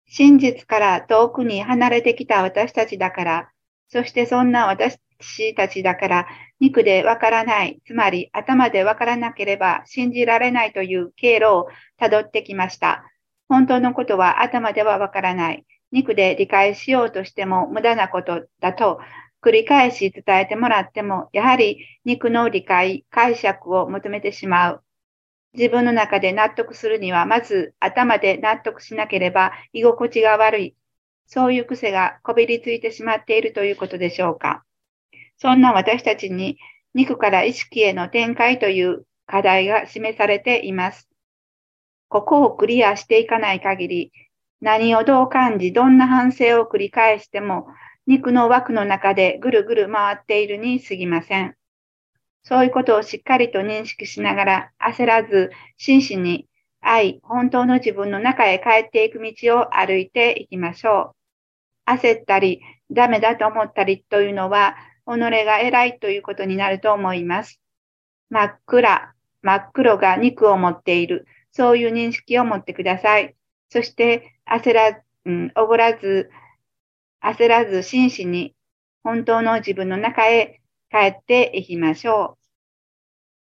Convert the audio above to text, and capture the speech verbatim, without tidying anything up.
真実から遠くに離れてきた私たちだから、そしてそんな私たちだから、肉でわからない、つまり頭でわからなければ信じられないという経路をたどってきました。本当のことは頭ではわからない。肉で理解しようとしても無駄なことだと繰り返し伝えてもらっても、やはり肉の理解、解釈を求めてしまう。自分の中で納得するには、まず頭で納得しなければ居心地が悪い。そういう癖がこびりついてしまっているということでしょうか。そんな私たちに肉から意識への展開という課題が示されています。ここをクリアしていかない限り、何をどう感じ、どんな反省を繰り返しても、肉の枠の中でぐるぐる回っているに過ぎません。そういうことをしっかりと認識しながら、焦らず、真摯に愛、本当の自分の中へ帰っていく道を歩いていきましょう。焦ったり、ダメだと思ったりというのは、己が偉いということになると思います。真っ暗、真っ黒が肉を持っている、そういう認識を持ってください。そして、焦ら、うん、おごらず、焦らず真摯に、本当の自分の中へ帰っていきましょう。